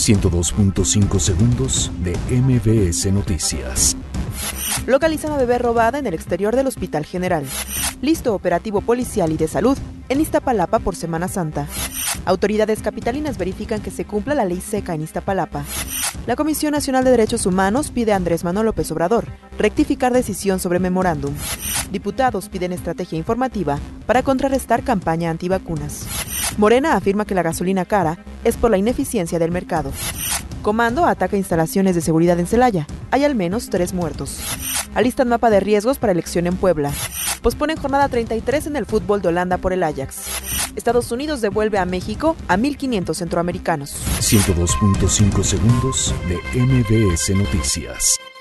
102.5 segundos de MBS Noticias. Localizan a bebé robada en el exterior del Hospital General. Listo operativo policial y de salud en Iztapalapa por Semana Santa. Autoridades capitalinas verifican que se cumpla la ley seca en Iztapalapa. La Comisión Nacional de Derechos Humanos pide a Andrés Manuel López Obrador rectificar decisión sobre memorándum. Diputados piden estrategia informativa para contrarrestar campaña antivacunas. Morena afirma que la gasolina cara es por la ineficiencia del mercado. Comando ataca instalaciones de seguridad en Celaya. Hay al menos 3 muertos. Alistan mapa de riesgos para elección en Puebla. Posponen jornada 33 en el fútbol de Holanda por el Ajax. Estados Unidos devuelve a México a 1.500 centroamericanos. 102.5 segundos de MBS Noticias.